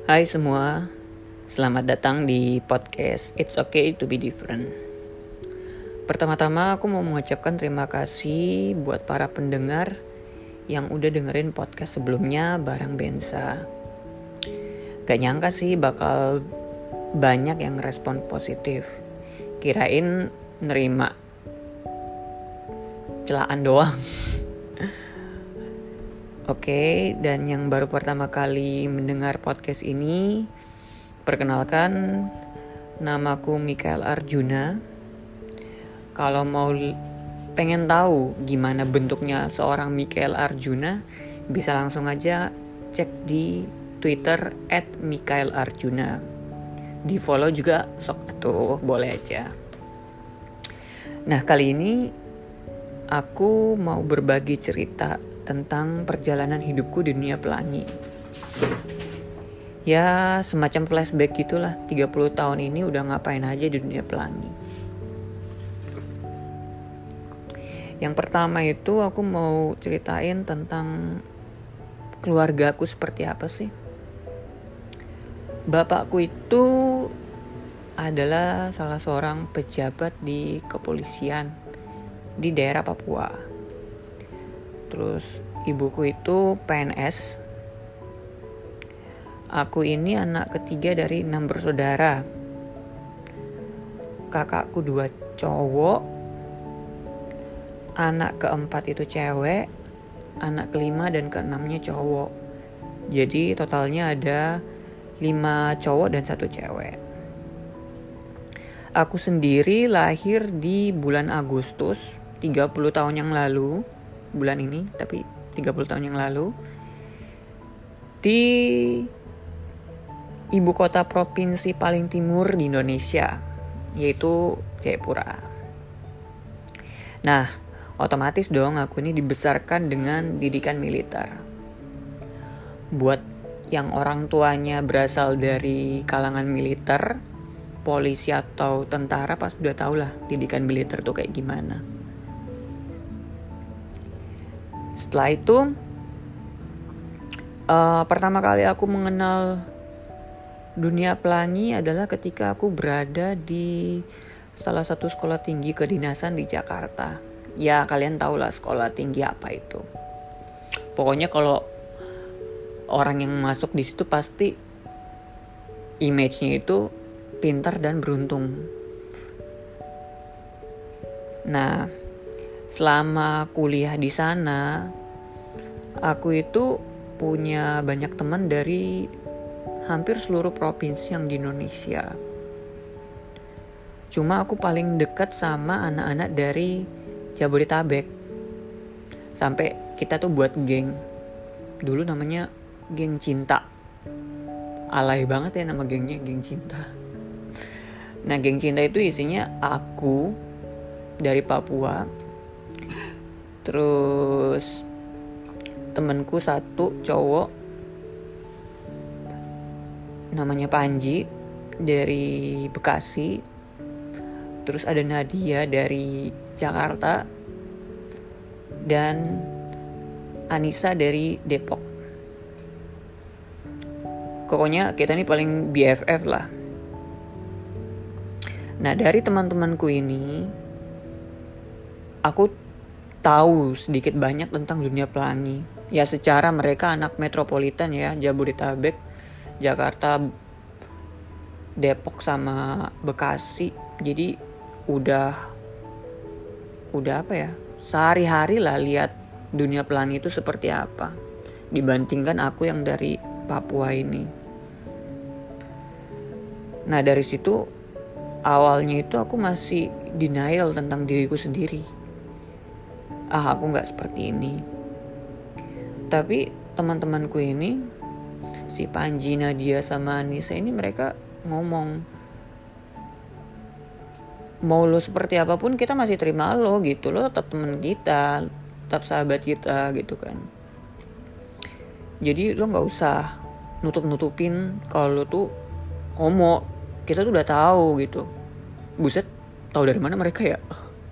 Hai semua, selamat datang di podcast It's Okay to be Different. Pertama-tama aku mau mengucapkan terima kasih buat para pendengar yang udah dengerin podcast sebelumnya bareng Bensa. Gak nyangka sih bakal banyak yang respon positif. Kirain nerima celaan doang. Oke, dan yang baru pertama kali mendengar podcast ini, perkenalkan, namaku Mikael Arjuna. Kalau mau pengen tahu gimana bentuknya seorang Mikael Arjuna, bisa langsung aja cek di Twitter @mikaelarjuna. Di follow juga sok tuh, boleh aja. Nah, kali ini aku mau berbagi cerita tentang perjalanan hidupku di dunia pelangi. Ya, semacam flashback gitulah. 30 tahun ini udah ngapain aja di dunia pelangi. Yang pertama itu aku mau ceritain tentang keluargaku seperti apa sih. Bapakku itu adalah salah seorang pejabat di kepolisian di daerah Papua. Terus ibuku itu PNS. Aku ini anak ketiga dari 6 bersaudara. Kakakku 2 cowok. Anak keempat itu cewek. Anak kelima dan keenamnya cowok. Jadi totalnya ada 5 cowok dan 1 cewek. Aku sendiri lahir di bulan Agustus 30 tahun yang lalu. Bulan ini, tapi 30 tahun yang lalu, di ibu kota provinsi paling timur di Indonesia, yaitu Jayapura. Nah, otomatis dong aku ini dibesarkan dengan didikan militer. Buat yang orang tuanya berasal dari kalangan militer, polisi atau tentara, pasti udah tau lah didikan militer tuh kayak gimana. Setelah itu, pertama kali aku mengenal dunia pelangi adalah ketika aku berada di salah satu sekolah tinggi kedinasan di Jakarta. Ya, kalian tahu lah sekolah tinggi apa itu. Pokoknya kalau orang yang masuk di situ pasti image-nya itu pintar dan beruntung. Nah, selama kuliah di sana, aku itu punya banyak teman dari hampir seluruh provinsi yang di Indonesia. Cuma aku paling dekat sama anak-anak dari Jabodetabek. Sampai kita tuh buat geng. Dulu namanya geng cinta. Alay banget ya nama gengnya, geng cinta. Nah, geng cinta itu isinya aku dari Papua. Terus temenku 1 cowok namanya Panji dari Bekasi. Terus ada Nadia dari Jakarta dan Anissa dari Depok. Pokoknya kita ini paling BFF lah. Nah, dari teman-temanku ini aku tahu sedikit banyak tentang dunia pelangi. Ya, secara mereka anak metropolitan ya, Jabodetabek, Jakarta, Depok sama Bekasi. Jadi udah apa ya? Sehari-hari lah lihat dunia pelangi itu seperti apa dibandingkan aku yang dari Papua ini. Nah, dari situ awalnya itu aku masih denial tentang diriku sendiri. Aku gak seperti ini. Tapi teman-temanku ini, si Panji, Nadia sama Anissa ini, mereka ngomong, mau lo seperti apapun kita masih terima lo gitu. Lo tetap teman kita, tetap sahabat kita gitu kan. Jadi lo gak usah nutup-nutupin kalau lo tuh homo. Kita tuh udah tahu gitu. Buset, tahu dari mana mereka ya?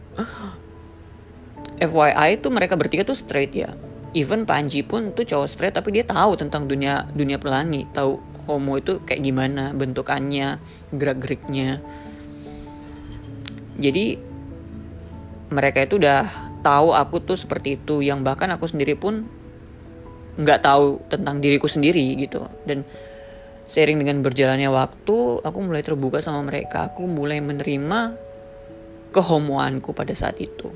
FYI tuh mereka bertiga tuh straight ya. Even Panji pun tuh cowok straight, tapi dia tahu tentang dunia pelangi, tahu homo itu kayak gimana bentukannya, gerak-geriknya. Jadi mereka itu udah tahu aku tuh seperti itu, yang bahkan aku sendiri pun nggak tahu tentang diriku sendiri gitu. Dan seiring dengan berjalannya waktu, aku mulai terbuka sama mereka. Aku mulai menerima kehomoanku pada saat itu.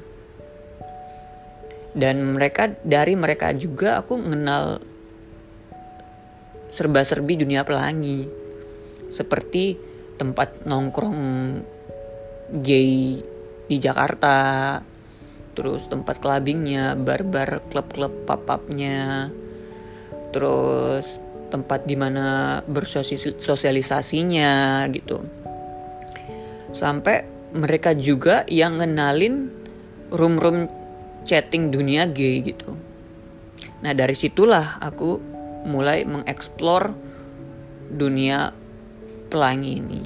Dan dari mereka juga aku mengenal serba-serbi dunia pelangi. Seperti tempat nongkrong gay di Jakarta, terus tempat clubbingnya, bar-bar, klub-klub pub-pubnya, terus tempat dimana bersosialisasinya gitu. Sampai mereka juga yang ngenalin room-room chatting dunia gay gitu. Nah dari situlah aku mulai mengeksplor dunia pelangi ini.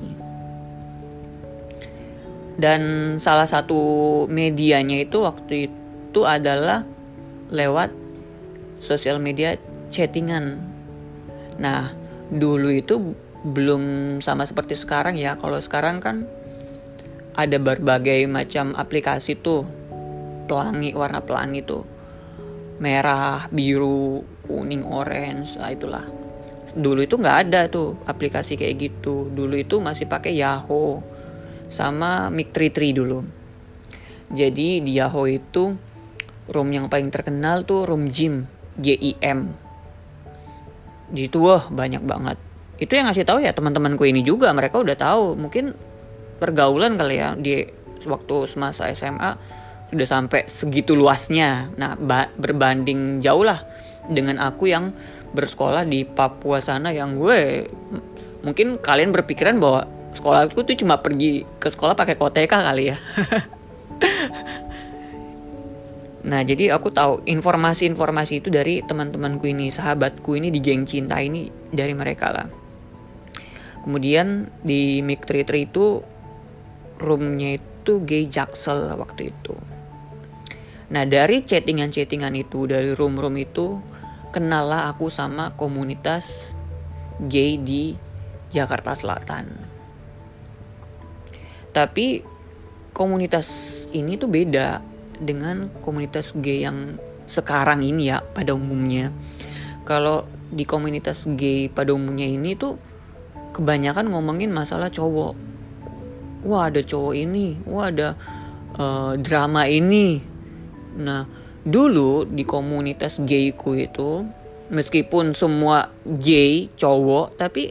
Dan salah satu medianya itu waktu itu adalah lewat sosial media chattingan. Nah dulu itu belum sama seperti sekarang ya. Kalau sekarang kan ada berbagai macam aplikasi tuh, pelangi, warna pelangi tuh, merah, biru, kuning, orange, itulah. Dulu itu nggak ada tuh aplikasi kayak gitu. Dulu itu masih pakai Yahoo sama Mic33 dulu. Jadi di Yahoo itu room yang paling terkenal tuh room gym, GIM. Di situ banyak banget. Itu yang ngasih tahu ya teman-temanku ini juga, mereka udah tahu. Mungkin pergaulan kali ya di waktu semasa SMA sudah sampai segitu luasnya. Nah berbanding jauh lah dengan aku yang bersekolah di Papua sana, yang gue mungkin kalian berpikiran bahwa sekolahku tuh cuma pergi ke sekolah pakai koteka kali ya. Nah jadi aku tahu informasi-informasi itu dari teman-temanku ini, sahabatku ini di geng cinta ini, dari mereka lah. Kemudian di Mic33 itu roomnya itu gay jaksel waktu itu. Nah dari chattingan itu, dari room itu, kenallah aku sama komunitas gay di Jakarta Selatan. Tapi komunitas ini tuh beda dengan komunitas gay yang sekarang ini ya pada umumnya. Kalau di komunitas gay pada umumnya ini tuh kebanyakan ngomongin masalah cowok. Wah ada cowok ini, wah ada drama ini. Nah dulu di komunitas gayku itu, meskipun semua gay cowok, tapi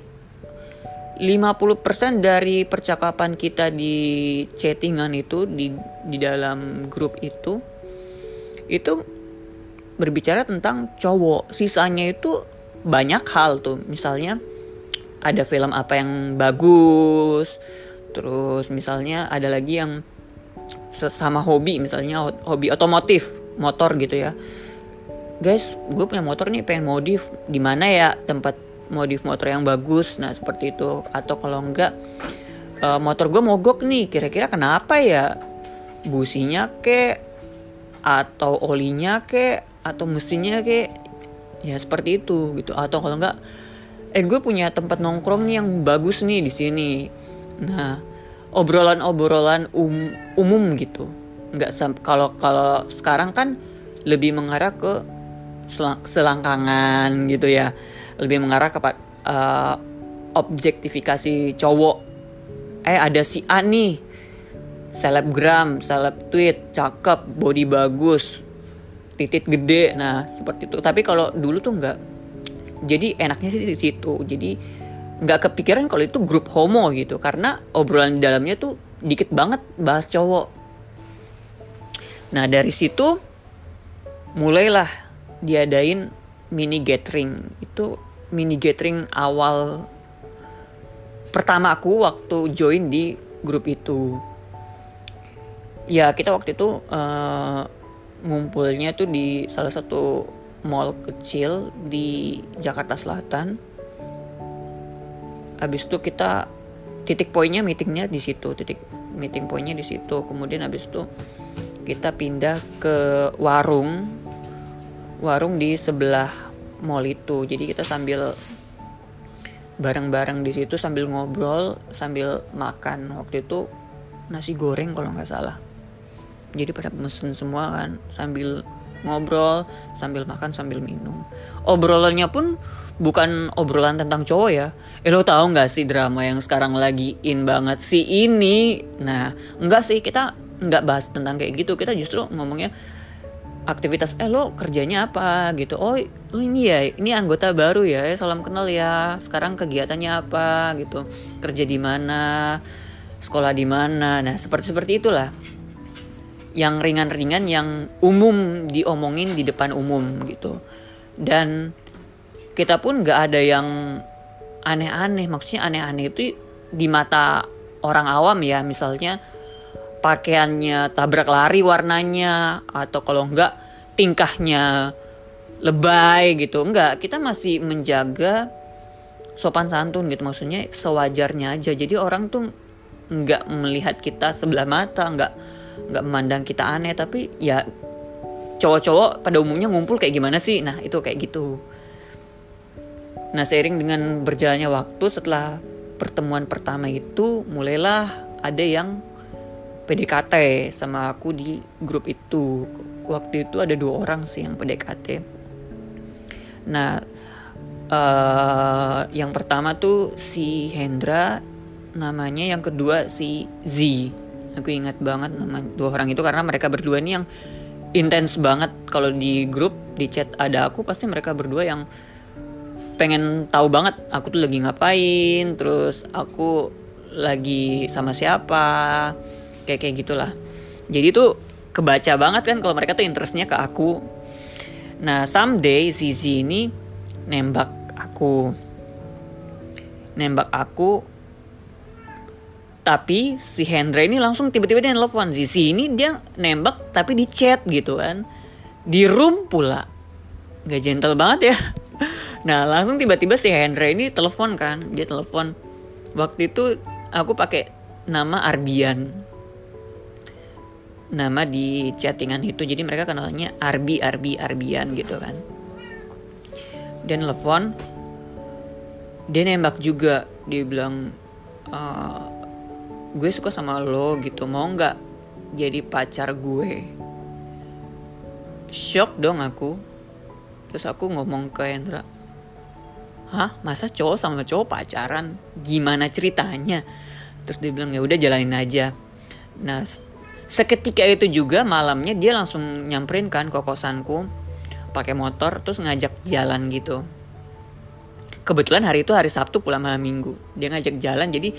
50% dari percakapan kita di chattingan itu, di dalam grup itu berbicara tentang cowok. Sisanya itu banyak hal tuh, misalnya ada film apa yang bagus, terus misalnya ada lagi yang sesama hobi, misalnya hobi otomotif, motor gitu ya. Guys, gue punya motor nih, pengen modif, di mana ya tempat modif motor yang bagus? Nah seperti itu. Atau kalau enggak, motor gue mogok nih, kira-kira kenapa ya? Businya kek, atau olinya kek, atau mesinnya kek, ya seperti itu gitu. Atau kalau enggak, gue punya tempat nongkrong nih yang bagus nih di sini. Nah obrolan-obrolan umum gitu. Enggak kalau sekarang kan lebih mengarah ke selangkangan gitu ya. Lebih mengarah kepada objektifikasi cowok. Ada si A nih, selebgram, seleb tweet, cakep, body bagus, titit gede. Nah seperti itu. Tapi kalau dulu tuh enggak. Jadi enaknya sih di situ. Jadi nggak kepikiran kalau itu grup homo gitu, karena obrolan di dalamnya tuh dikit banget bahas cowok. Nah dari situ mulailah diadain mini gathering. Itu mini gathering awal pertama aku waktu join di grup itu. Ya kita waktu itu ngumpulnya tuh di salah satu mall kecil di Jakarta Selatan. Habis itu kita titik poinnya meetingnya di situ, meeting poinnya di situ. Kemudian habis itu kita pindah ke warung di sebelah mall itu. Jadi kita sambil bareng-bareng di situ sambil ngobrol, sambil makan. Waktu itu nasi goreng kalau nggak salah. Jadi pada mesen semua kan, sambil ngobrol, sambil makan, sambil minum. Obrolannya pun bukan obrolan tentang cowok ya. Lo tahu nggak sih drama yang sekarang lagi in banget si ini? Nah, enggak sih, kita nggak bahas tentang kayak gitu. Kita justru ngomongnya aktivitas, lo kerjanya apa gitu. Oh ini ya, ini anggota baru ya, salam kenal ya. Sekarang kegiatannya apa gitu, kerja di mana, sekolah di mana. Nah seperti itulah, yang ringan-ringan, yang umum diomongin di depan umum gitu. Dan kita pun gak ada yang aneh-aneh. Maksudnya aneh-aneh itu di mata orang awam ya. Misalnya pakaiannya tabrak lari warnanya, atau kalau enggak tingkahnya lebay gitu. Enggak, kita masih menjaga sopan santun gitu. Maksudnya sewajarnya aja. Jadi orang tuh enggak melihat kita sebelah mata, enggak memandang kita aneh. Tapi ya cowok-cowok pada umumnya ngumpul kayak gimana sih? Nah itu kayak gitu. Nah seiring dengan berjalannya waktu, setelah pertemuan pertama itu mulailah ada yang PDKT sama aku di grup itu. Waktu itu ada 2 orang sih yang PDKT. Nah yang pertama tuh si Hendra namanya, yang kedua si Z. Aku ingat banget nama 2 orang itu karena mereka berdua nih yang intens banget. Kalau di grup, di chat ada aku, pasti mereka berdua yang pengen tahu banget aku tuh lagi ngapain, terus aku lagi sama siapa, kayak gitulah. Jadi tuh kebaca banget kan kalau mereka tuh interestnya ke aku. Nah someday Zizi ini nembak aku, tapi si Hendra ini langsung tiba-tiba dia nelfon. Zizi ini dia nembak tapi di chat gitu kan, di room pula, nggak gentle banget ya. Nah langsung tiba-tiba si Hendra ini telepon kan. Dia telepon. Waktu itu aku pakai nama Arbian, nama di chattingan itu. Jadi mereka kenalnya Arbian gitu kan. Dia telepon, dia nembak juga. Dia bilang, gue suka sama lo gitu, mau gak jadi pacar gue? Shock dong aku. Terus aku ngomong ke Hendra, hah, masa cowok sama cowok pacaran? Gimana ceritanya? Terus dia bilang ya udah jalanin aja. Nah, seketika itu juga malamnya dia langsung nyamperin kan ke kosanku pakai motor, terus ngajak jalan gitu. Kebetulan hari itu hari Sabtu pulang malam Minggu. Dia ngajak jalan, jadi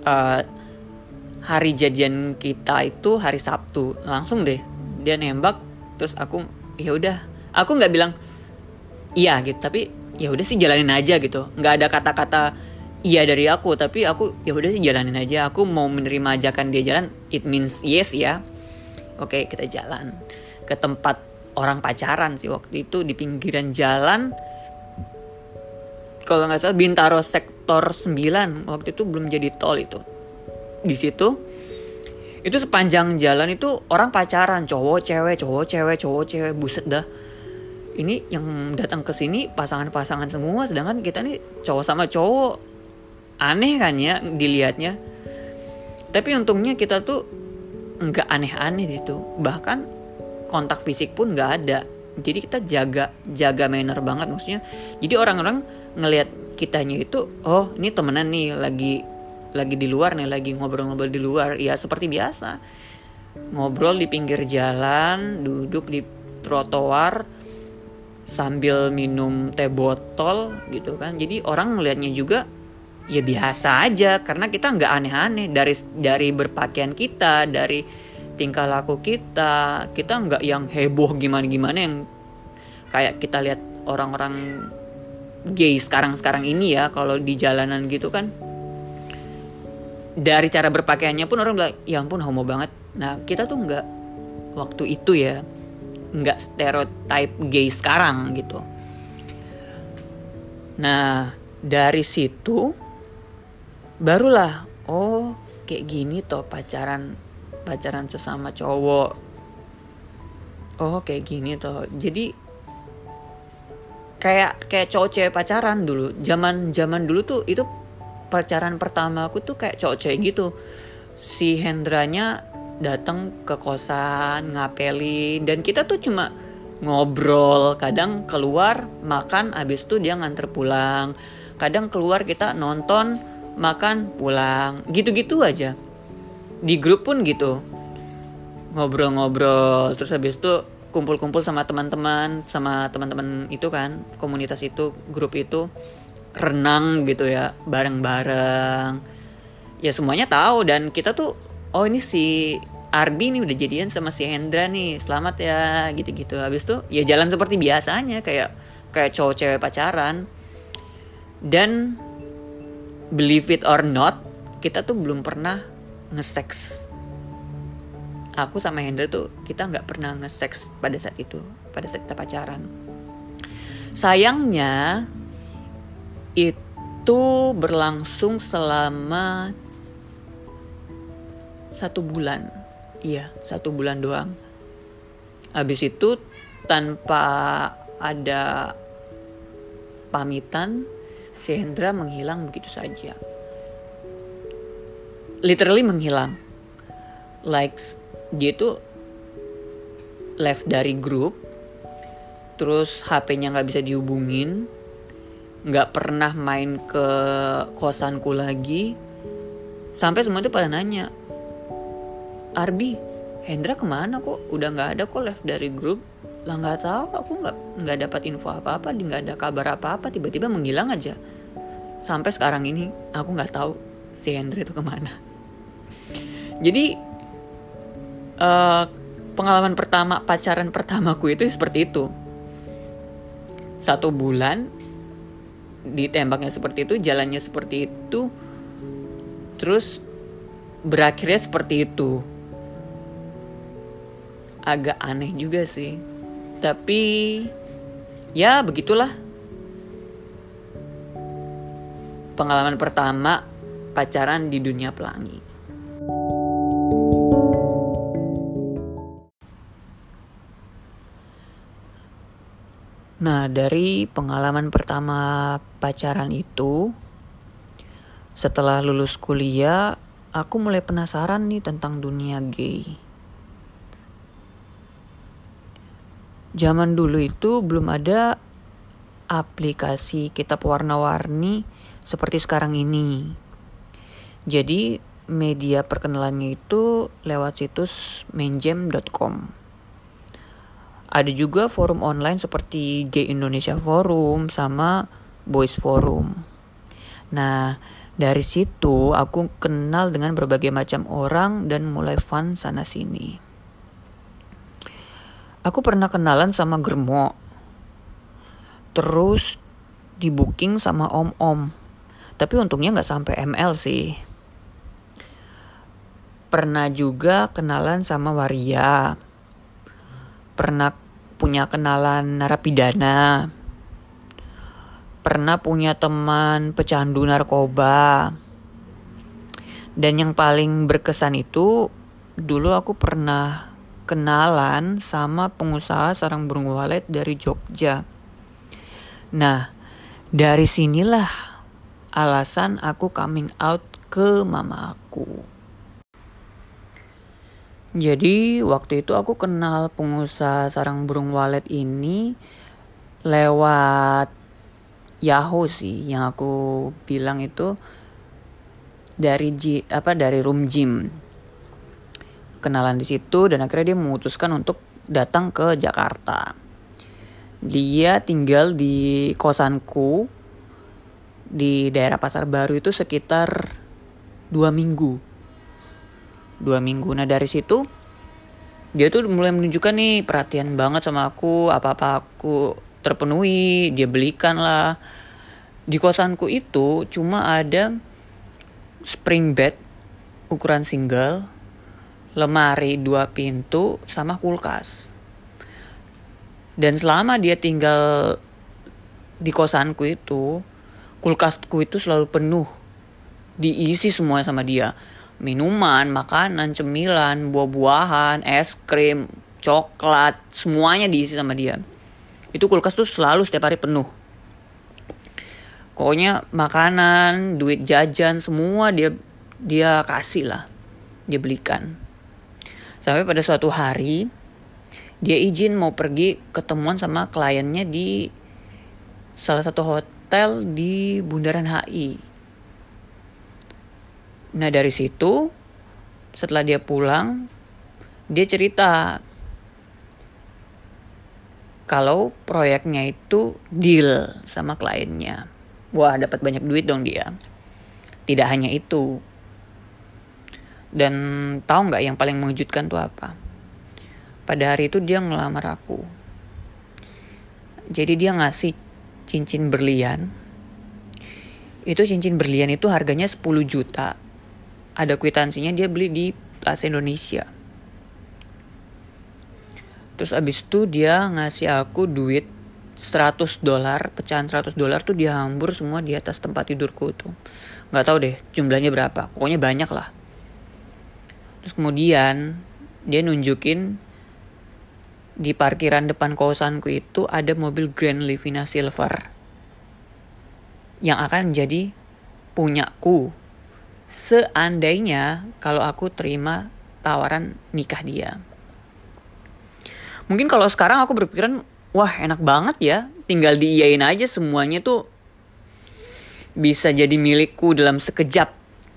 hari jadian kita itu hari Sabtu. Langsung deh dia nembak, terus aku ya udah. Aku nggak bilang iya gitu, tapi ya udah sih jalanin aja gitu. Nggak ada kata-kata iya dari aku, tapi aku ya udah sih jalanin aja. Aku mau menerima ajakan dia jalan, it means yes ya. Oke, kita jalan ke tempat orang pacaran sih waktu itu, di pinggiran jalan. Kalau nggak salah Bintaro sektor 9. Waktu itu belum jadi tol itu. Di situ itu sepanjang jalan itu orang pacaran, cowok cewek, buset dah. Ini yang datang ke sini pasangan-pasangan semua, sedangkan kita nih cowok sama cowok. Aneh kan ya dilihatnya. Tapi untungnya kita tuh nggak aneh-aneh di situ. Bahkan kontak fisik pun nggak ada. Jadi kita jaga manner banget maksudnya. Jadi orang-orang ngelihat kitanya itu, oh ini temenan nih, lagi di luar nih, lagi ngobrol-ngobrol di luar. Ya seperti biasa, ngobrol di pinggir jalan, duduk di trotoar sambil minum teh botol gitu kan. Jadi orang ngelihatnya juga ya biasa aja, karena kita nggak aneh-aneh. Dari berpakaian kita, dari tingkah laku kita nggak yang heboh gimana yang kayak kita lihat orang-orang gay sekarang ini ya. Kalau di jalanan gitu kan, dari cara berpakaiannya pun orang bilang ya ampun homo banget. Nah kita tuh nggak, waktu itu ya nggak stereotype gay sekarang gitu. Nah dari situ barulah oh kayak gini toh pacaran sesama cowok. Oh kayak gini toh. Jadi kayak cowok cewek pacaran dulu. Zaman dulu tuh itu pacaran pertama aku tuh kayak cowok cewek gitu. Si Hendranya datang ke kosan ngapelin, dan kita tuh cuma ngobrol, kadang keluar makan, abis itu dia nganter pulang, kadang keluar kita nonton makan pulang, gitu-gitu aja. Di grup pun gitu, ngobrol-ngobrol, terus habis itu kumpul-kumpul sama teman-teman itu kan, komunitas itu, grup itu, renang gitu ya, bareng-bareng. Ya semuanya tahu, dan kita tuh, oh ini si Arbi nih udah jadian sama si Hendra nih, selamat ya, gitu-gitu. Habis itu ya jalan seperti biasanya, kayak cowok cewek pacaran. Dan believe it or not, kita tuh belum pernah nge-sex. Aku sama Hendra tuh kita nggak pernah nge-sex pada saat itu, pada saat kita pacaran. Sayangnya itu berlangsung selama 1 bulan. Iya, 1 bulan doang. Habis itu tanpa ada pamitan, si Hendra menghilang begitu saja. Literally menghilang. Like dia tuh left dari grup, terus HP-nya nggak bisa dihubungin, nggak pernah main ke kosanku lagi, sampai semua itu pada nanya, Arbi, Hendra kemana kok? Udah nggak ada kok, left dari grup. Lah nggak tahu, aku nggak dapat info apa-apa, nggak ada kabar apa-apa, tiba-tiba menghilang aja. Sampai sekarang ini aku nggak tahu si Hendra itu kemana. Jadi pengalaman pertama, pacaran pertamaku itu seperti itu. 1 bulan ditembaknya seperti itu, jalannya seperti itu, terus berakhirnya seperti itu. Agak aneh juga sih, tapi ya begitulah. Pengalaman pertama pacaran di dunia pelangi. Nah, dari pengalaman pertama pacaran itu, setelah lulus kuliah, aku mulai penasaran nih tentang dunia gay. Zaman dulu itu belum ada aplikasi kitab warna-warni seperti sekarang ini. Jadi media perkenalannya itu lewat situs mainjam.com. Ada juga forum online seperti Gay Indonesia Forum sama Boys Forum. Nah, dari situ aku kenal dengan berbagai macam orang dan mulai fun sana sini. Aku pernah kenalan sama Germo. Terus di booking sama om-om. Tapi untungnya gak sampai ML sih. Pernah juga kenalan sama waria. Pernah punya kenalan narapidana. Pernah punya teman pecandu narkoba. Dan yang paling berkesan itu, dulu aku pernah kenalan sama pengusaha sarang burung walet dari Jogja. Nah, dari sinilah alasan aku coming out ke mama aku. Jadi waktu itu aku kenal pengusaha sarang burung walet ini lewat Yahoo sih, yang aku bilang itu dari room gym. Kenalan di situ dan akhirnya dia memutuskan untuk datang ke Jakarta. Dia tinggal di kosanku di daerah Pasar Baru itu sekitar 2 minggu. Nah dari situ dia tuh mulai menunjukkan nih perhatian banget sama aku, apa-apa aku terpenuhi, dia belikan lah. Di kosanku itu cuma ada spring bed ukuran single, lemari 2 pintu, sama kulkas. Dan selama dia tinggal di kosanku itu, kulkasku itu selalu penuh. Diisi semuanya sama dia. Minuman, makanan, cemilan, buah-buahan, es krim, coklat, semuanya diisi sama dia. Itu kulkas tuh selalu setiap hari penuh. Pokoknya makanan, duit jajan, semua dia kasih lah. Dia belikan. Sampai pada suatu hari dia izin mau pergi ketemuan sama kliennya di salah satu hotel di Bundaran HI. Nah dari situ setelah dia pulang, dia cerita kalau proyeknya itu deal sama kliennya. Wah, dapat banyak duit dong dia. Tidak hanya itu. Dan tahu nggak yang paling mengejutkan tuh apa? Pada hari itu dia ngelamar aku. Jadi dia ngasih cincin berlian. Itu cincin berlian itu harganya 10 juta. Ada kwitansinya, dia beli di Plaza Indonesia. Terus abis itu dia ngasih aku duit $100, pecahan $100 tuh dia hambur semua di atas tempat tidurku tuh. Gak tahu deh jumlahnya berapa, pokoknya banyak lah. Terus kemudian dia nunjukin di parkiran depan kosanku itu ada mobil Grand Livina Silver yang akan jadi punyaku seandainya kalau aku terima tawaran nikah dia. Mungkin kalau sekarang aku berpikiran, wah enak banget ya, tinggal diiyain aja semuanya tuh bisa jadi milikku dalam sekejap.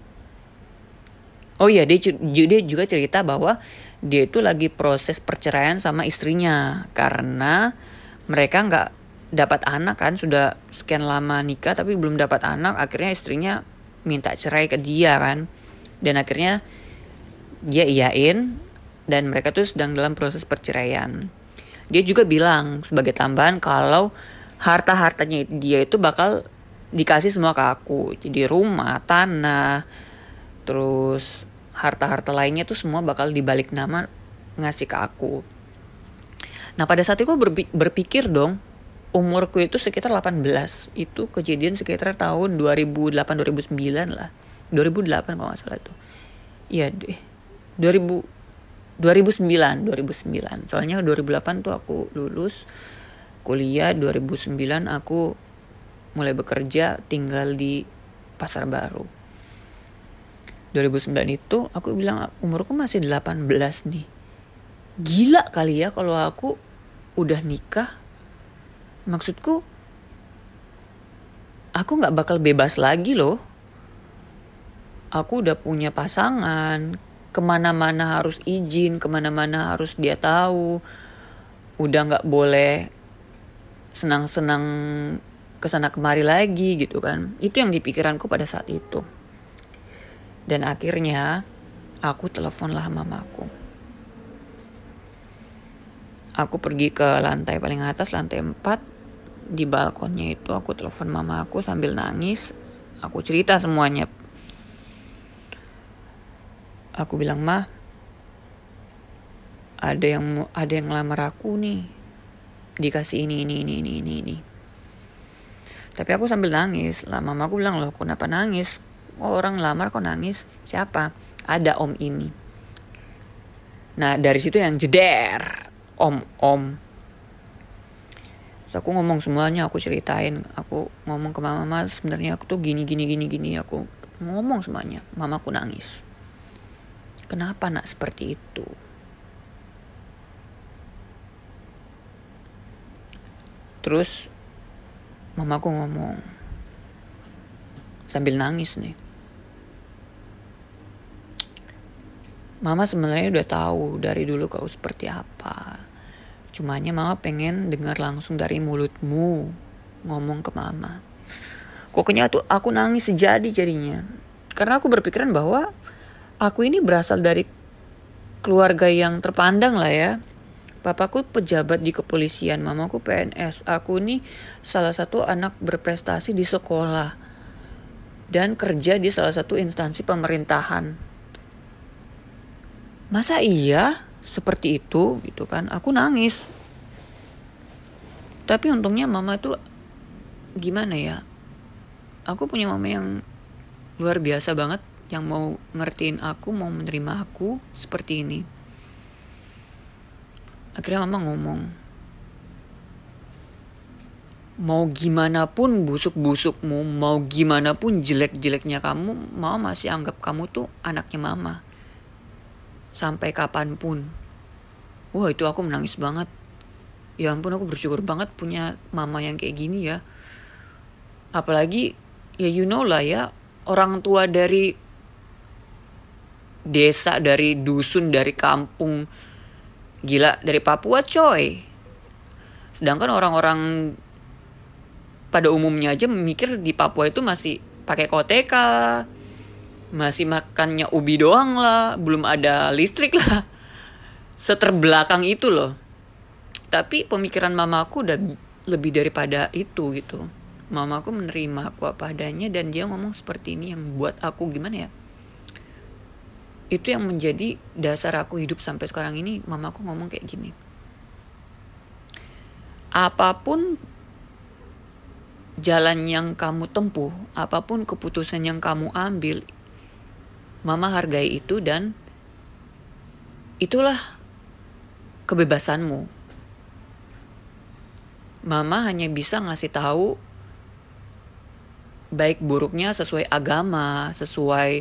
Oh iya, dia juga cerita bahwa dia itu lagi proses perceraian sama istrinya karena mereka nggak dapat anak kan, sudah sekian lama nikah tapi belum dapat anak. Akhirnya istrinya minta cerai ke dia kan, dan akhirnya dia iyain dan mereka tuh sedang dalam proses perceraian. Dia juga bilang sebagai tambahan kalau harta-hartanya dia itu bakal dikasih semua ke aku. Jadi rumah, tanah, terus harta-harta lainnya tuh semua bakal dibalik nama ngasih ke aku. Nah pada saat itu aku berpikir dong, umurku itu sekitar 18. Itu kejadian sekitar tahun 2008-2009 lah. 2008 kalau gak salah tuh. Iya deh. 2009. Soalnya 2008 tuh aku lulus kuliah, 2009 aku mulai bekerja tinggal di Pasar Baru. 2009 itu aku bilang umurku masih 18 nih. Gila kali ya kalau aku udah nikah. Maksudku aku gak bakal bebas lagi loh. Aku udah punya pasangan, kemana-mana harus izin, kemana-mana harus dia tahu. Udah gak boleh senang-senang kesana kemari lagi gitu kan. Itu yang dipikiranku pada saat itu. Dan akhirnya aku teleponlah mamaku. Aku pergi ke lantai paling atas, lantai 4. Di balkonnya itu aku telepon mama aku sambil nangis. Aku cerita semuanya. Aku bilang, "Ma, ada yang ngelamar aku nih. Dikasih ini. Tapi aku sambil nangis. Lah mama aku bilang, "Loh, kenapa nangis? Oh, orang ngelamar kok nangis? Siapa?" "Ada om ini." Nah, dari situ yang jeder. Om. So, aku ngomong semuanya, aku ceritain. Aku ngomong ke mama, sebenarnya aku tuh gini. Aku ngomong semuanya. Mamaku nangis. "Kenapa nak seperti itu?" Terus mamaku ngomong sambil nangis nih. "Mama sebenarnya udah tahu dari dulu kau seperti apa. Cumanya mama pengen dengar langsung dari mulutmu ngomong ke mama." Pokoknya tuh aku nangis jadinya. Karena aku berpikiran bahwa aku ini berasal dari keluarga yang terpandang lah ya. Papaku pejabat di kepolisian, mamaku PNS. Aku ini salah satu anak berprestasi di sekolah dan kerja di salah satu instansi pemerintahan. Masa iya seperti itu gitu kan? Aku nangis. Tapi untungnya mama tuh gimana ya? Aku punya mama yang luar biasa banget, yang mau ngertiin aku, mau menerima aku seperti ini. Akhirnya mama ngomong, Mau gimana pun busuk-busukmu, mau gimana pun jelek-jeleknya kamu, mama masih anggap kamu tuh anaknya mama. Sampai kapanpun. Wah, itu aku menangis banget. Ya ampun, aku bersyukur banget punya mama yang kayak gini ya. Apalagi, ya you know lah ya, orang tua dari desa, dari dusun, dari kampung. Gila, dari Papua coy. Sedangkan orang-orang pada umumnya aja mikir di Papua itu masih pakai koteka, masih makannya ubi doang lah, belum ada listrik lah. Seterbelakang itu loh. Tapi pemikiran mamaku udah lebih daripada itu gitu. Mamaku menerima aku apa adanya dan dia ngomong seperti ini yang buat aku gimana ya. Itu yang menjadi dasar aku hidup sampai sekarang ini. Mamaku ngomong kayak gini. Apapun jalan yang kamu tempuh, apapun keputusan yang kamu ambil, mama hargai itu dan itulah kebebasanmu. Mama hanya bisa ngasih tahu baik buruknya sesuai agama, sesuai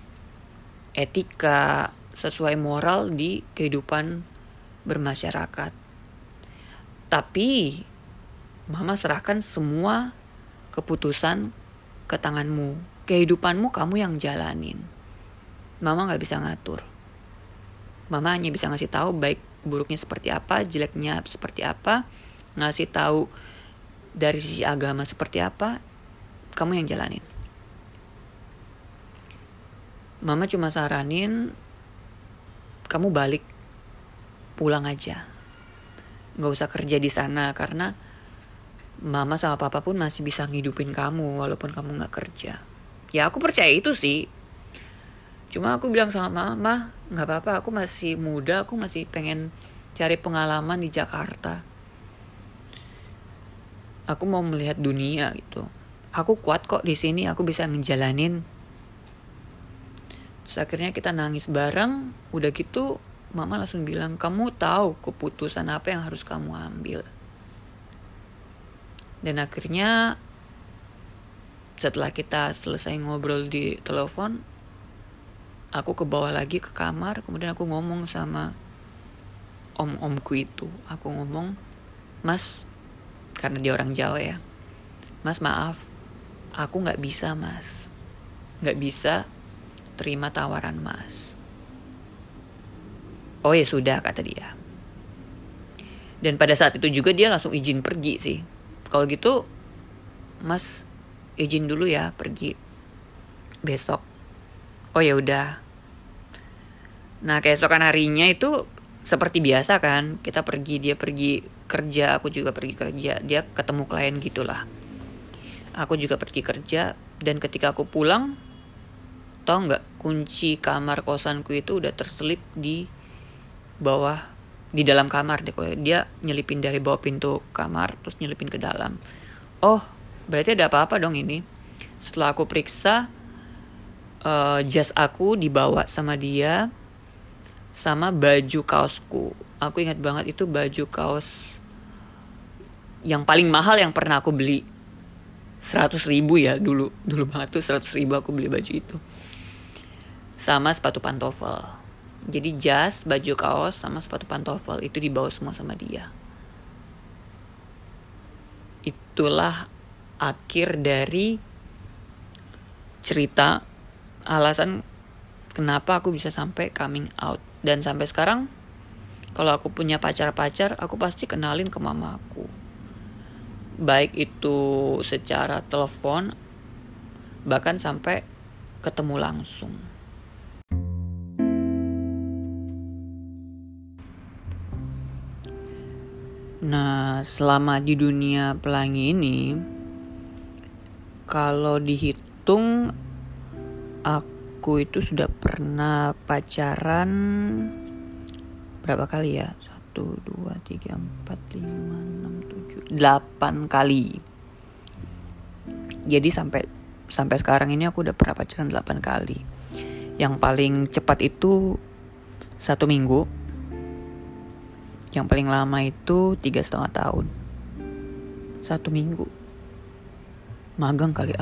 etika, sesuai moral di kehidupan bermasyarakat. Tapi mama serahkan semua keputusan ke tanganmu. Kehidupanmu kamu yang jalanin. Mama gak bisa ngatur. Mama hanya bisa ngasih tahu baik buruknya seperti apa, jeleknya seperti apa, ngasih tahu dari sisi agama seperti apa, kamu yang jalanin. Mama cuma saranin kamu balik, pulang aja. Gak usah kerja di sana karena mama sama papa pun masih bisa ngidupin kamu walaupun kamu gak kerja. Ya aku percaya itu sih. Cuma aku bilang sama mama, gak apa-apa, aku masih muda, aku masih pengen cari pengalaman di Jakarta. Aku mau melihat dunia gitu. Aku kuat kok di sini, aku bisa ngejalanin. Terus akhirnya kita nangis bareng. Udah gitu mama langsung bilang, kamu tahu keputusan apa yang harus kamu ambil. Dan akhirnya setelah kita selesai ngobrol di telepon, aku ke bawah lagi ke kamar. Kemudian aku ngomong sama om-omku itu. Aku ngomong, Mas, karena dia orang Jawa ya, Mas maaf, aku gak bisa Mas, gak bisa terima tawaran Mas. Oh ya sudah, kata dia. Dan pada saat itu juga dia langsung izin pergi sih. Kalau gitu, Mas izin dulu ya pergi besok. Oh ya udah. Nah keesokan harinya itu seperti biasa kan, kita pergi, dia pergi kerja, aku juga pergi kerja. Dia ketemu klien gitulah. Aku juga pergi kerja. Dan ketika aku pulang, tau nggak, kunci kamar kosanku itu udah terselip di bawah, di dalam kamar deh. Dia nyelipin dari bawah pintu kamar terus nyelipin ke dalam. Oh berarti ada apa-apa dong ini. Setelah aku periksa, jas aku dibawa sama dia, sama baju kaosku. Aku ingat banget itu baju kaos yang paling mahal yang pernah aku beli. 100.000 ya dulu banget tuh, 100.000 aku beli baju itu. Sama sepatu pantofel. Jadi jas, baju kaos, sama sepatu pantofel itu dibawa semua sama dia. Itulah akhir dari cerita alasan kenapa aku bisa sampai coming out. Dan sampai sekarang kalau aku punya pacar-pacar, aku pasti kenalin ke mama aku. Baik itu secara telepon, bahkan sampai ketemu langsung. Nah, selama di dunia pelangi ini, kalau dihitung, aku itu sudah pernah pacaran berapa kali ya? 1, 2, 3, 4, 5, 6, 7, 8 kali. Jadi sampai sekarang ini aku udah pernah pacaran 8 kali. Yang paling cepat itu 1 minggu. Yang paling lama itu 3,5 tahun. 1 minggu. Magang kali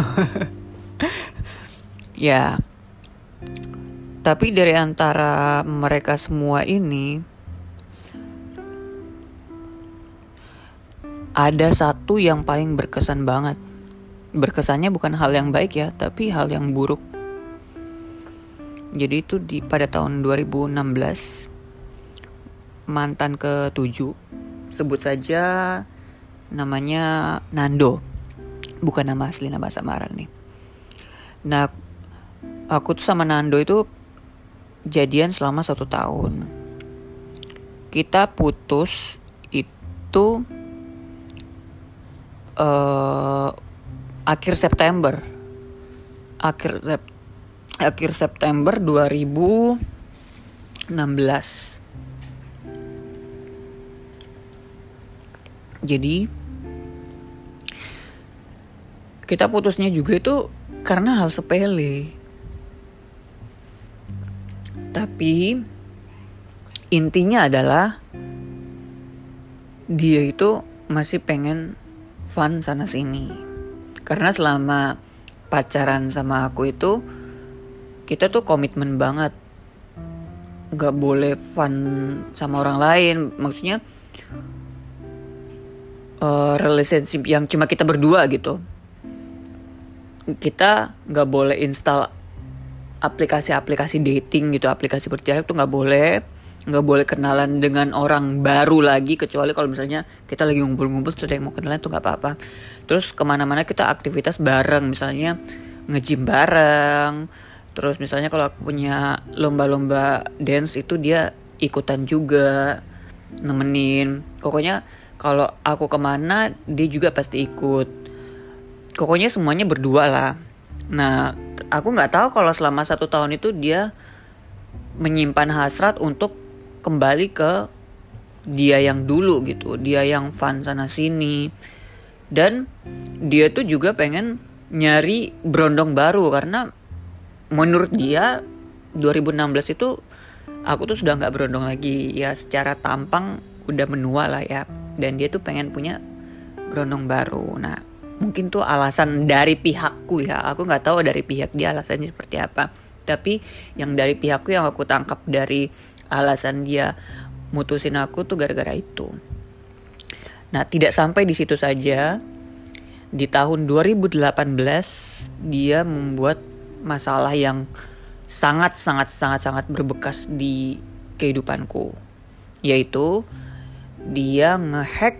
Ya. Tapi dari antara mereka semua ini, ada satu yang paling berkesan banget. Berkesannya bukan hal yang baik ya, tapi hal yang buruk. Jadi itu pada tahun 2016, mantan ke-7, sebut saja namanya Nando. Bukan nama asli, nama samaran nih. Nah, aku tuh sama Nando itu jadian selama 1 tahun. Kita putus itu akhir September 2016. Jadi kita putusnya juga itu karena hal sepele. Tapi intinya adalah dia itu masih pengen fun sana sini. Karena selama pacaran sama aku itu kita tuh komitmen banget, gak boleh fun sama orang lain. Maksudnya relationship yang cuma kita berdua gitu. Kita gak boleh install aplikasi-aplikasi dating gitu, aplikasi berjarak tuh gak boleh kenalan dengan orang baru lagi, kecuali kalau misalnya kita lagi ngumpul-ngumpul terus ada yang mau kenalan tuh gak apa-apa. Terus kemana-mana kita aktivitas bareng, misalnya nge-gym bareng. Terus misalnya kalau aku punya lomba-lomba dance itu dia ikutan juga, nemenin. Pokoknya kalau aku kemana dia juga pasti ikut. Pokoknya semuanya berdua lah. Nah, aku nggak tahu kalau selama 1 tahun itu dia menyimpan hasrat untuk kembali ke dia yang dulu gitu, dia yang fun sana sini. Dan dia tuh juga pengen nyari berondong baru, karena menurut dia 2016 itu aku tuh sudah nggak berondong lagi ya, secara tampang udah menua lah ya. Dan dia tuh pengen punya berondong baru. Nah, mungkin tuh alasan dari pihakku ya, aku nggak tahu dari pihak dia alasannya seperti apa. Tapi yang dari pihakku yang aku tangkap dari alasan dia mutusin aku tuh gara-gara itu. Nah, tidak sampai di situ saja. Di tahun 2018 dia membuat masalah yang sangat berbekas di kehidupanku, yaitu dia ngehack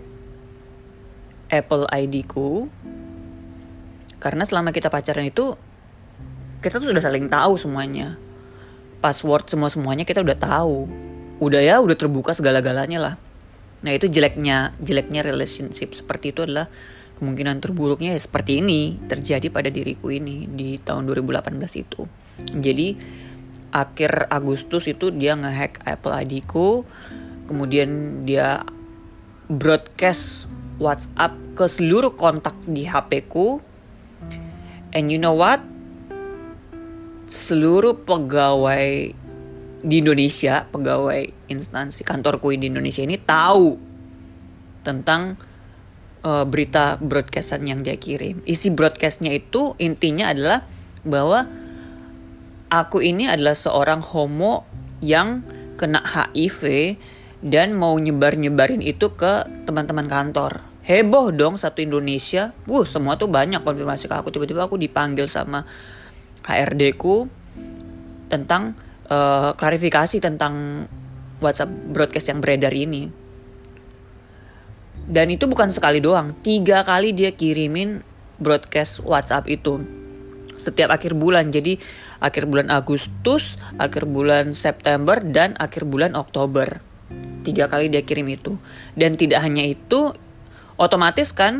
Apple ID ku. Karena selama kita pacaran itu kita tuh sudah saling tahu semuanya. Password semuanya kita udah tahu. Udah terbuka segala-galanya lah. Nah, itu jeleknya relationship seperti itu adalah kemungkinan terburuknya ya seperti ini terjadi pada diriku ini di tahun 2018 itu. Jadi akhir Agustus itu dia ngehack Apple ID ku. Kemudian dia broadcast WhatsApp ke seluruh kontak di HP ku. And you know what? Seluruh pegawai di Indonesia, pegawai instansi kantorku di Indonesia ini tahu tentang berita broadcastan yang dia kirim. Isi broadcastnya itu intinya adalah bahwa aku ini adalah seorang homo yang kena HIV dan mau nyebarin itu ke teman-teman kantor. Heboh dong satu Indonesia. Semua tuh banyak konfirmasi ke aku. Tiba-tiba aku dipanggil sama HRD ku tentang klarifikasi tentang WhatsApp broadcast yang beredar ini. Dan itu bukan sekali doang, 3 kali dia kirimin broadcast WhatsApp itu setiap akhir bulan. Jadi akhir bulan Agustus, akhir bulan September, dan akhir bulan Oktober. 3 kali dia kirim itu. Dan tidak hanya itu, otomatis kan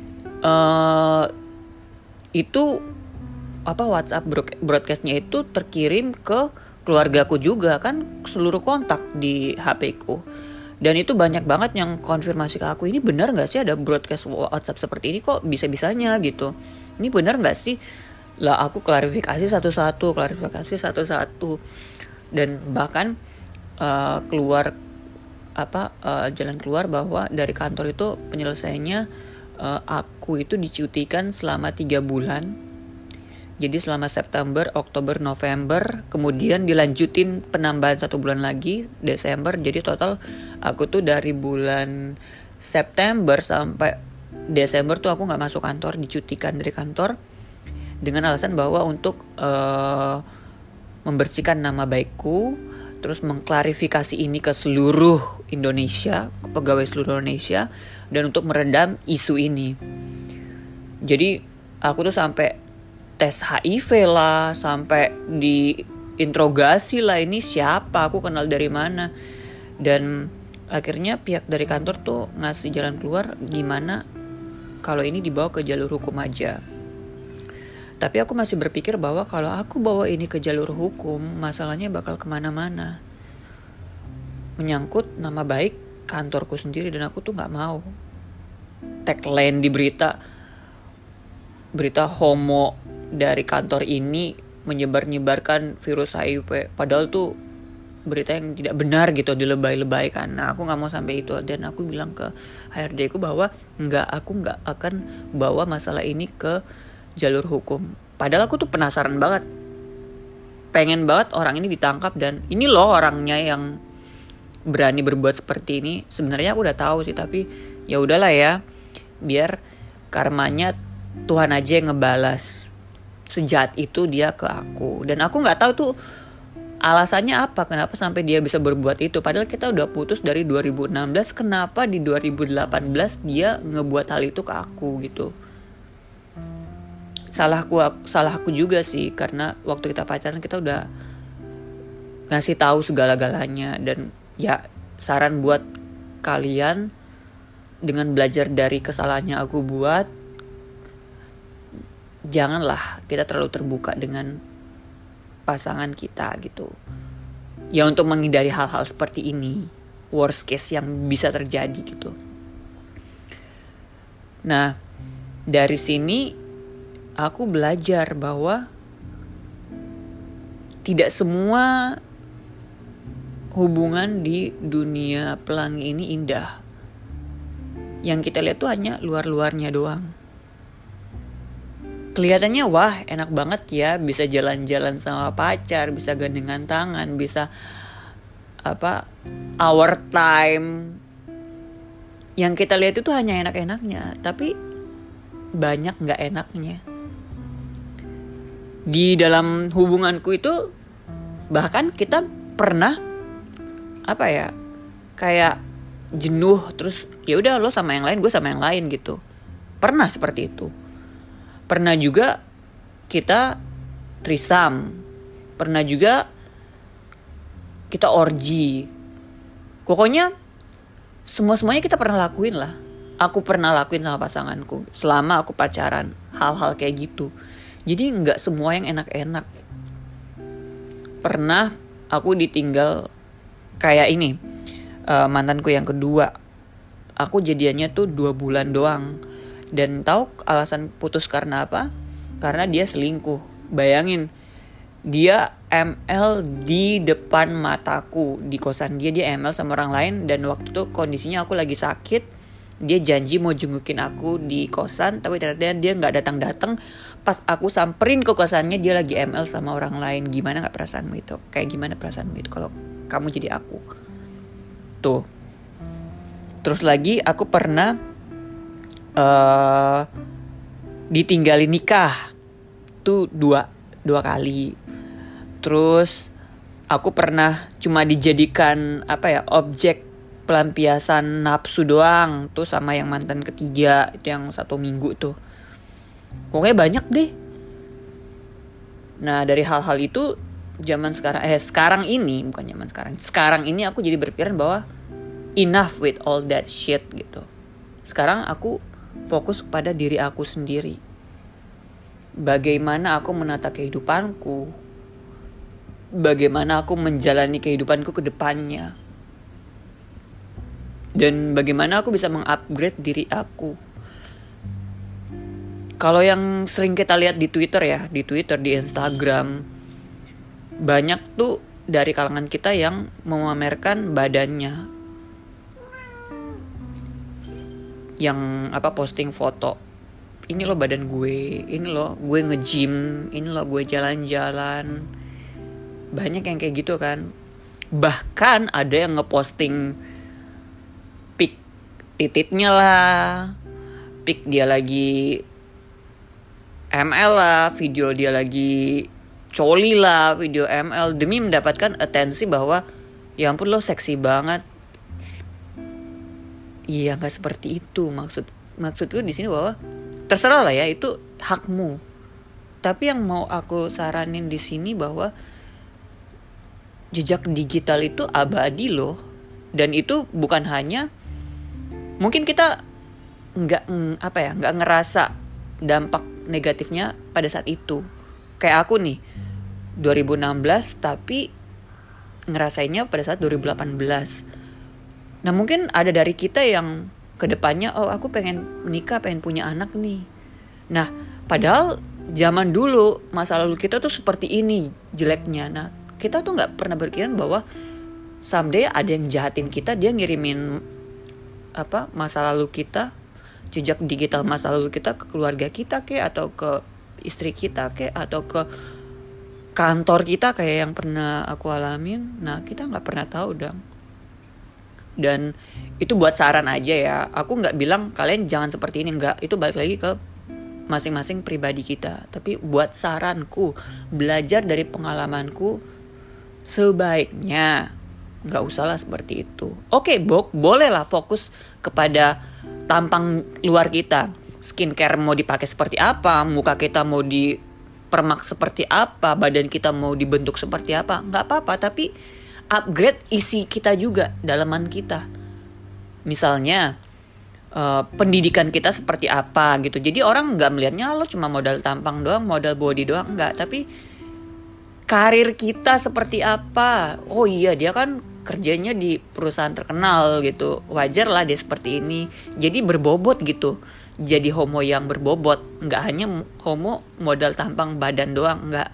itu WhatsApp broadcastnya itu terkirim ke keluargaku juga kan, seluruh kontak di HP ku. Dan itu banyak banget yang konfirmasi ke aku, ini benar gak sih ada broadcast WhatsApp seperti ini, kok bisa-bisanya gitu, ini benar gak sih? Lah aku klarifikasi satu-satu. Dan bahkan keluar jalan keluar bahwa dari kantor itu penyelesaiannya aku itu dicutikan selama 3 bulan. Jadi selama September, Oktober, November, kemudian dilanjutin penambahan 1 bulan lagi, Desember. Jadi total aku tuh dari bulan September sampai Desember tuh aku gak masuk kantor, dicutikan dari kantor dengan alasan bahwa untuk membersihkan nama baikku, terus mengklarifikasi ini ke seluruh Indonesia, ke pegawai seluruh Indonesia, dan untuk meredam isu ini. Jadi aku tuh sampai tes HIV lah, sampai diinterogasi lah, ini siapa, aku kenal dari mana. Dan akhirnya pihak dari kantor tuh ngasih jalan keluar, gimana kalau ini dibawa ke jalur hukum aja. Tapi aku masih berpikir bahwa kalau aku bawa ini ke jalur hukum, masalahnya bakal kemana-mana, menyangkut nama baik kantorku sendiri, dan aku tuh gak mau tagline di berita homo dari kantor ini menyebarkan virus HIV, padahal tuh berita yang tidak benar gitu, dilebay-lebaykan. Nah, aku nggak mau sampai itu, dan aku bilang ke HRD ku bahwa aku nggak akan bawa masalah ini ke jalur hukum. Padahal aku tuh penasaran banget, pengen banget orang ini ditangkap, dan ini loh orangnya yang berani berbuat seperti ini. Sebenarnya aku udah tahu sih, tapi ya udahlah ya, biar karmanya Tuhan aja yang ngebalas. Sejahat itu dia ke aku, dan aku nggak tahu tuh alasannya apa, kenapa sampai dia bisa berbuat itu. Padahal kita udah putus dari 2016, kenapa di 2018 dia ngebuat hal itu ke aku gitu. Salahku juga sih, karena waktu kita pacaran kita udah ngasih tahu segala-galanya. Dan ya, saran buat kalian, dengan belajar dari kesalahannya aku buat, janganlah kita terlalu terbuka dengan pasangan kita gitu. Ya, untuk menghindari hal-hal seperti ini, worst case yang bisa terjadi gitu. Nah, dari sini aku belajar bahwa tidak semua hubungan di dunia pelangi ini indah. Yang kita lihat tuh hanya luar-luarnya doang. Kelihatannya wah enak banget ya, bisa jalan-jalan sama pacar, bisa gandengan tangan, bisa our time. Yang kita lihat itu hanya enak-enaknya, tapi banyak gak enaknya. Di dalam hubunganku itu bahkan kita pernah kayak jenuh, terus ya udah lo sama yang lain, gue sama yang lain gitu. Pernah seperti itu. Pernah juga kita threesome. Pernah juga kita orgy. Pokoknya semuanya kita pernah lakuin lah. Aku pernah lakuin sama pasanganku selama aku pacaran, hal-hal kayak gitu. Jadi gak semua yang enak-enak. Pernah aku ditinggal kayak ini, mantanku yang kedua. Aku jadiannya tuh 2 bulan doang. Dan tahu alasan putus karena apa? Karena dia selingkuh. Bayangin, dia ML di depan mataku di kosan dia ML sama orang lain. Dan waktu itu kondisinya aku lagi sakit. Dia janji mau jengukin aku di kosan, tapi ternyata dia gak datang-datang. Pas aku samperin ke kosannya, dia lagi ML sama orang lain. Gimana gak perasaanmu itu? Kayak gimana perasaanmu itu kalau kamu jadi aku? Tuh. Terus lagi aku pernah ditinggalin nikah tuh dua kali. Terus aku pernah cuma dijadikan objek pelampiasan nafsu doang tuh sama yang mantan ketiga itu, yang 1 minggu tuh. Pokoknya banyak deh. Nah, dari hal-hal itu sekarang ini aku jadi berpikiran bahwa enough with all that shit gitu. Sekarang aku fokus pada diri aku sendiri. Bagaimana aku menata kehidupanku, bagaimana aku menjalani kehidupanku ke depannya, dan bagaimana aku bisa mengupgrade diri aku. Kalau yang sering kita lihat di Twitter, di Instagram, banyak tuh dari kalangan kita yang memamerkan badannya. yang posting foto, ini loh badan gue, ini loh gue nge-gym, ini loh gue jalan-jalan. Banyak yang kayak gitu kan. Bahkan ada yang ngeposting pic tititnya lah, pic dia lagi ML lah, video dia lagi coli lah, video ML, demi mendapatkan atensi bahwa ya ampun lo seksi banget. Iya, nggak seperti itu maksudku di sini, bahwa terserah lah ya, itu hakmu. Tapi yang mau aku saranin di sini bahwa jejak digital itu abadi loh, dan itu bukan hanya, mungkin kita nggak ngerasa dampak negatifnya pada saat itu. Kayak aku nih 2016, tapi ngerasainnya pada saat 2018. Nah mungkin ada dari kita yang kedepannya, oh aku pengen menikah, pengen punya anak nih. Nah padahal zaman dulu masa lalu kita tuh seperti ini jeleknya. Nah kita tuh nggak pernah berpikiran bahwa someday ada yang jahatin kita, dia ngirimin masa lalu kita, jejak digital masa lalu kita ke keluarga kita atau ke istri kita atau ke kantor kita kayak yang pernah aku alamin. Nah kita nggak pernah tahu dong. Dan itu buat saran aja ya. Aku nggak bilang kalian jangan seperti ini, nggak. Itu balik lagi ke masing-masing pribadi kita. Tapi buat saranku, belajar dari pengalamanku, sebaiknya nggak usahlah seperti itu. Oke, bolehlah fokus kepada tampang luar kita. Skincare mau dipakai seperti apa, muka kita mau dipermak seperti apa, badan kita mau dibentuk seperti apa, nggak apa-apa. Tapi upgrade isi kita juga, dalaman kita. Misalnya pendidikan kita seperti apa gitu. Jadi orang nggak melihatnya lo cuma modal tampang doang, modal body doang, nggak. Tapi karir kita seperti apa. Oh iya, dia kan kerjanya di perusahaan terkenal gitu, wajar lah dia seperti ini. Jadi berbobot gitu. Jadi homo yang berbobot, nggak hanya homo modal tampang badan doang, nggak.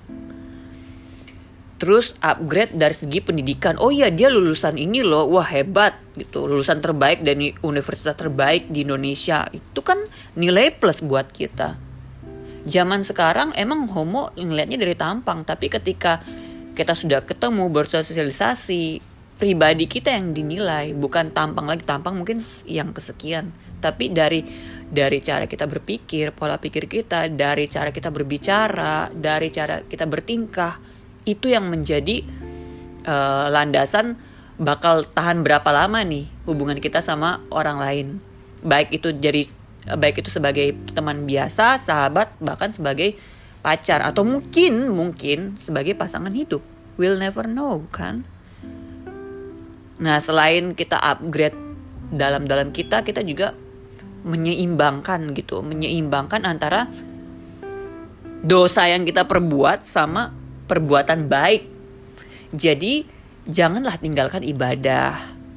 Terus upgrade dari segi pendidikan. Oh iya, dia lulusan ini loh, wah hebat gitu, lulusan terbaik dari universitas terbaik di Indonesia. Itu kan nilai plus buat kita. Zaman sekarang emang homo ngelihatnya dari tampang, tapi ketika kita sudah ketemu bersosialisasi, pribadi kita yang dinilai, bukan tampang lagi. Tampang mungkin yang kesekian, tapi dari cara kita berpikir, pola pikir kita, dari cara kita berbicara, dari cara kita bertingkah, itu yang menjadi landasan bakal tahan berapa lama nih hubungan kita sama orang lain. Baik itu sebagai teman biasa, sahabat, bahkan sebagai pacar, atau mungkin sebagai pasangan hidup. We'll never know kan. Nah selain kita upgrade dalam kita juga menyeimbangkan antara dosa yang kita perbuat sama perbuatan baik. Jadi janganlah tinggalkan ibadah.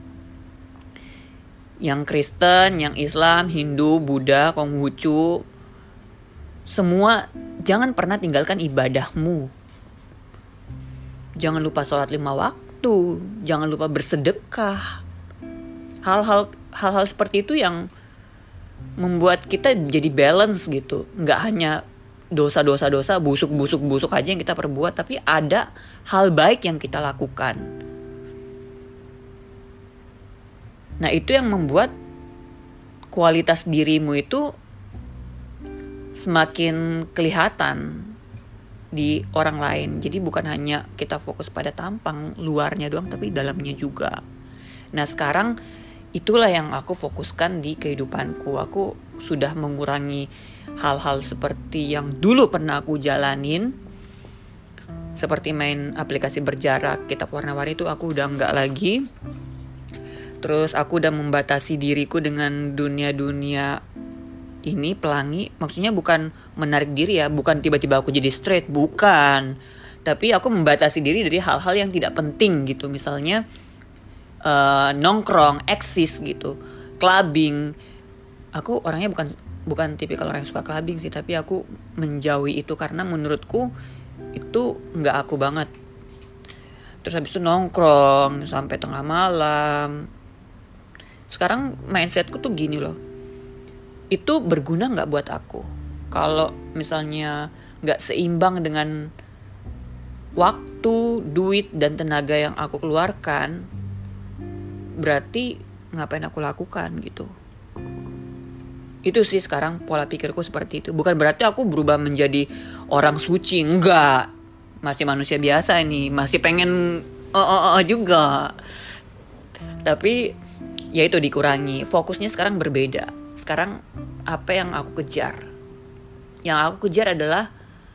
Yang Kristen, yang Islam, Hindu, Buddha, Konghucu, semua jangan pernah tinggalkan ibadahmu. Jangan lupa sholat 5 waktu, jangan lupa bersedekah. Hal-hal seperti itu yang membuat kita jadi balance gitu. Nggak hanya dosa busuk aja yang kita perbuat, tapi ada hal baik yang kita lakukan. Nah itu yang membuat kualitas dirimu itu semakin kelihatan di orang lain. Jadi bukan hanya kita fokus pada tampang luarnya doang, tapi dalamnya juga. Nah sekarang itulah yang aku fokuskan di kehidupanku. Aku sudah mengurangi hal-hal seperti yang dulu pernah aku jalanin, seperti main aplikasi berjarak, kitab warna-warni itu aku udah enggak lagi. Terus aku udah membatasi diriku dengan dunia ini pelangi. Maksudnya bukan menarik diri ya, bukan tiba-tiba aku jadi straight, bukan. Tapi aku membatasi diri dari hal-hal yang tidak penting gitu. Misalnya nongkrong, eksis gitu, clubbing. Aku orangnya bukan tipikal orang yang suka clubbing sih, tapi aku menjauhi itu karena menurutku itu nggak aku banget. Terus habis itu sampai tengah malam. Sekarang mindsetku tuh gini loh, itu berguna nggak buat aku? Kalau misalnya nggak seimbang dengan waktu, duit, dan tenaga yang aku keluarkan, berarti ngapain aku lakukan gitu. Itu sih sekarang pola pikirku seperti itu. Bukan berarti aku berubah menjadi orang suci, enggak. Masih manusia biasa ini, masih pengen juga. Tapi ya itu dikurangi. Fokusnya sekarang berbeda. Sekarang apa yang aku kejar? Yang aku kejar adalah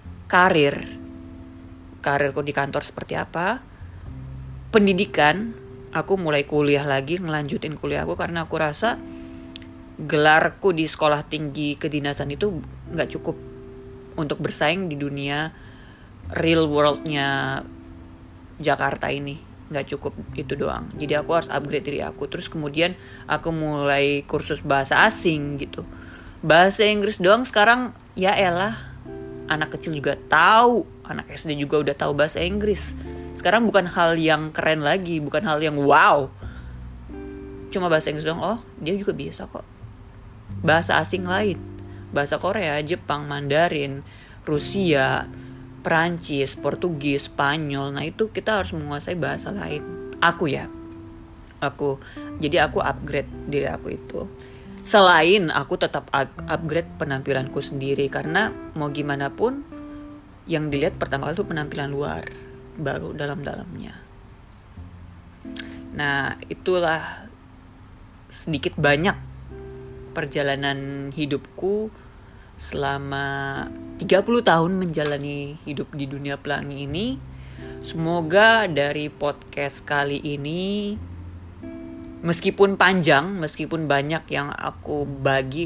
karirku di kantor seperti apa, pendidikan. Aku mulai kuliah lagi, ngelanjutin kuliahku karena aku rasa gelarku di sekolah tinggi kedinasan itu gak cukup untuk bersaing di dunia real worldnya Jakarta ini. Gak cukup itu doang. Jadi aku harus upgrade diri aku. Terus kemudian aku mulai kursus bahasa asing gitu. Bahasa Inggris doang sekarang ya elah, anak kecil juga tahu, anak SD juga udah tahu bahasa Inggris. Sekarang bukan hal yang keren lagi, bukan hal yang wow. Cuma bahasa Inggris doang, oh dia juga bisa kok. Bahasa asing lain, bahasa Korea, Jepang, Mandarin, Rusia, Perancis, Portugis, Spanyol. Nah itu kita harus menguasai bahasa lain. Jadi aku upgrade diri aku itu. Selain aku tetap upgrade penampilanku sendiri, karena mau gimana pun yang dilihat pertama kali itu penampilan luar, baru dalam-dalamnya. Nah itulah sedikit banyak perjalanan hidupku selama 30 tahun menjalani hidup di dunia pelangi ini. Semoga dari podcast kali ini, meskipun panjang, meskipun banyak yang aku bagi,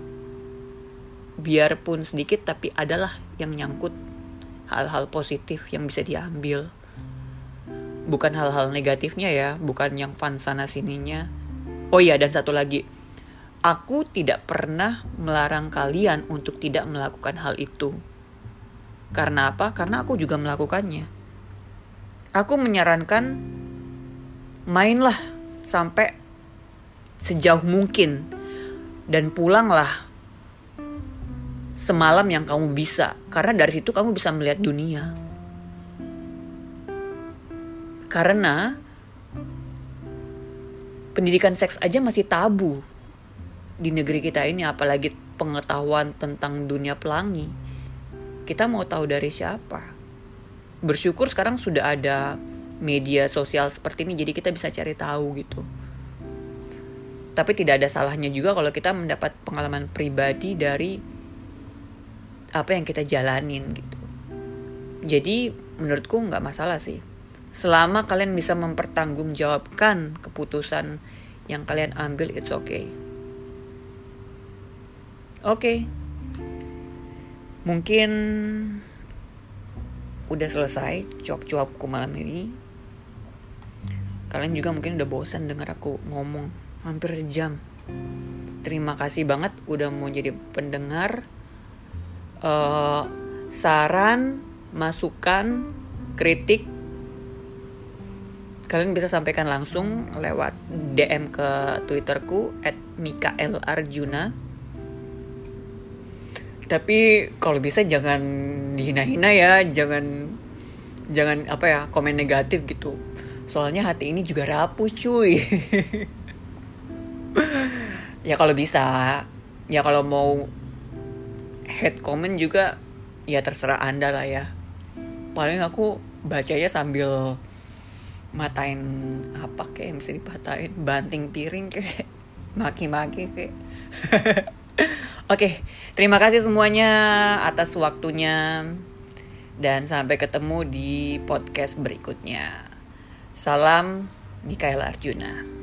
biarpun sedikit tapi adalah yang nyangkut hal-hal positif yang bisa diambil. Bukan hal-hal negatifnya ya, bukan yang fun sana sininya. Oh iya, dan satu lagi, aku tidak pernah melarang kalian untuk tidak melakukan hal itu. Karena apa? Karena aku juga melakukannya. Aku menyarankan mainlah sampai sejauh mungkin dan pulanglah semalam yang kamu bisa, karena dari situ kamu bisa melihat dunia. Karena pendidikan seks aja masih tabu di negeri kita ini, apalagi pengetahuan tentang dunia pelangi. Kita mau tahu dari siapa? Bersyukur sekarang sudah ada media sosial seperti ini, jadi kita bisa cari tahu gitu. Tapi tidak ada salahnya juga kalau kita mendapat pengalaman pribadi dari apa yang kita jalanin gitu. Jadi menurutku gak masalah sih, selama kalian bisa mempertanggungjawabkan keputusan yang kalian ambil, it's okay. Oke. Mungkin udah selesai cuap-cuapku malam ini. Kalian juga mungkin udah bosan dengar aku ngomong hampir sejam. Terima kasih banget udah mau jadi pendengar. Saran, masukan, kritik kalian bisa sampaikan langsung lewat DM ke Twitterku @mikaelarjuna. Tapi kalau bisa jangan dihina-hina ya, jangan komen negatif gitu. Soalnya hati ini juga rapuh cuy. Ya kalau bisa, ya kalau mau hate comment juga ya terserah Anda lah ya. Paling aku bacanya sambil matain apa kayak bisa dipatahin, banting piring kayak, maki-maki kayak. Oke, terima kasih semuanya atas waktunya dan sampai ketemu di podcast berikutnya. Salam Mikael Arjuna.